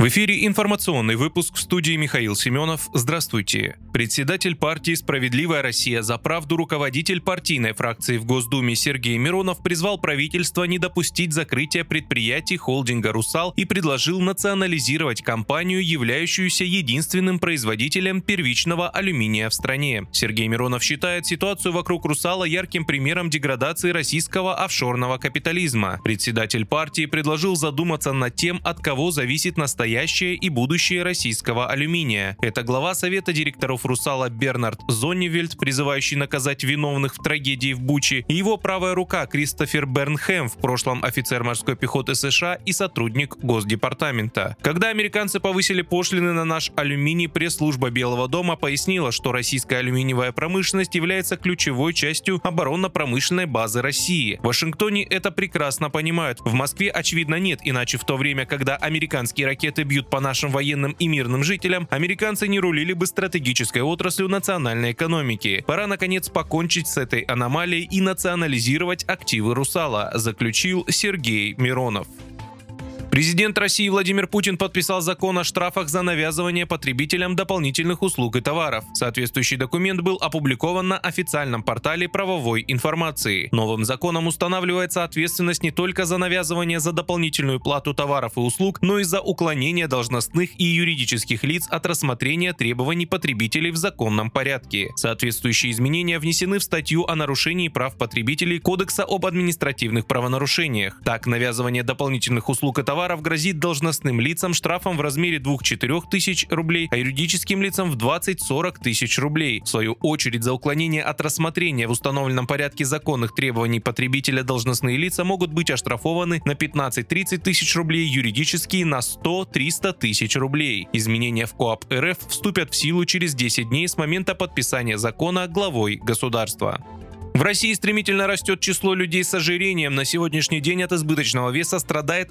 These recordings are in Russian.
В эфире информационный выпуск, в студии Михаил Семенов. Здравствуйте. Председатель партии «Справедливая Россия за правду», руководитель партийной фракции в Госдуме Сергей Миронов призвал правительство не допустить закрытия предприятий холдинга «Русал» и предложил национализировать компанию, являющуюся единственным производителем первичного алюминия в стране. Сергей Миронов считает ситуацию вокруг «Русала» ярким примером деградации российского офшорного капитализма. Председатель партии предложил задуматься над тем, от кого зависит настоящее и будущее российского алюминия. Это глава Совета директоров «Русала» Бернард Зонневельд, призывающий наказать виновных в трагедии в Буче, и его правая рука Кристофер Бернхэм, в прошлом офицер морской пехоты США и сотрудник Госдепартамента. Когда американцы повысили пошлины на наш алюминий, пресс-служба Белого дома пояснила, что российская алюминиевая промышленность является ключевой частью оборонно-промышленной базы России. В Вашингтоне это прекрасно понимают. В Москве, очевидно, нет, иначе в то время, когда американские ракеты бьют по нашим военным и мирным жителям, американцы не рулили бы стратегической отраслью национальной экономики. Пора, наконец, покончить с этой аномалией и национализировать активы «Русала», заключил Сергей Миронов. Президент России Владимир Путин подписал закон о штрафах за навязывание потребителям дополнительных услуг и товаров. Соответствующий документ был опубликован на официальном портале правовой информации. Новым законом устанавливается ответственность не только за навязывание за дополнительную плату товаров и услуг, но и за уклонение должностных и юридических лиц от рассмотрения требований потребителей в законном порядке. Соответствующие изменения внесены в статью о нарушении прав потребителей Кодекса об административных правонарушениях. Так, навязывание дополнительных услуг и товаров грозит должностным лицам штрафом в размере 2-4 тысяч рублей, а юридическим лицам в 20-40 тысяч рублей. В свою очередь, за уклонение от рассмотрения в установленном порядке законных требований потребителя должностные лица могут быть оштрафованы на 15-30 тысяч рублей, юридические на 100-300 тысяч рублей. Изменения в КоАП РФ вступят в силу через 10 дней с момента подписания закона главой государства. В России стремительно растет число людей с ожирением. На сегодняшний день от избыточного веса страдает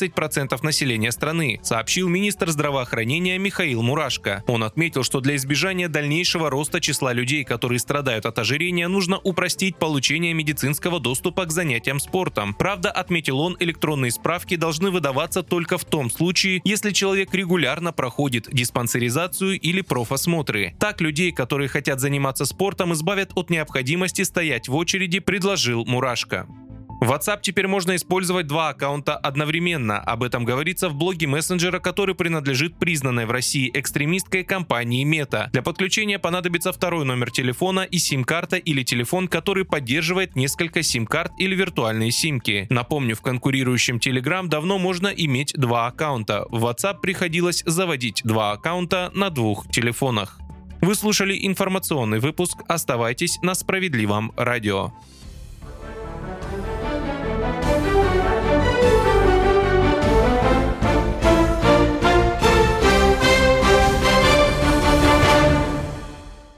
11% населения страны, сообщил министр здравоохранения Михаил Мурашко. Он отметил, что для избежания дальнейшего роста числа людей, которые страдают от ожирения, нужно упростить получение медицинского доступа к занятиям спортом. Правда, отметил он, электронные справки должны выдаваться только в том случае, если человек регулярно проходит диспансеризацию или профосмотры. Так, людей, которые хотят заниматься спортом, избавят от необходимости стоять в очереди, предложил Мурашко. В WhatsApp теперь можно использовать два аккаунта одновременно. Об этом говорится в блоге мессенджера, который принадлежит признанной в России экстремистской компании Meta. Для подключения понадобится второй номер телефона и сим-карта или телефон, который поддерживает несколько сим-карт или виртуальные симки. Напомню, в конкурирующем Telegram давно можно иметь два аккаунта. В WhatsApp приходилось заводить два аккаунта на двух телефонах. Вы слушали информационный выпуск. Оставайтесь на Справедливом радио.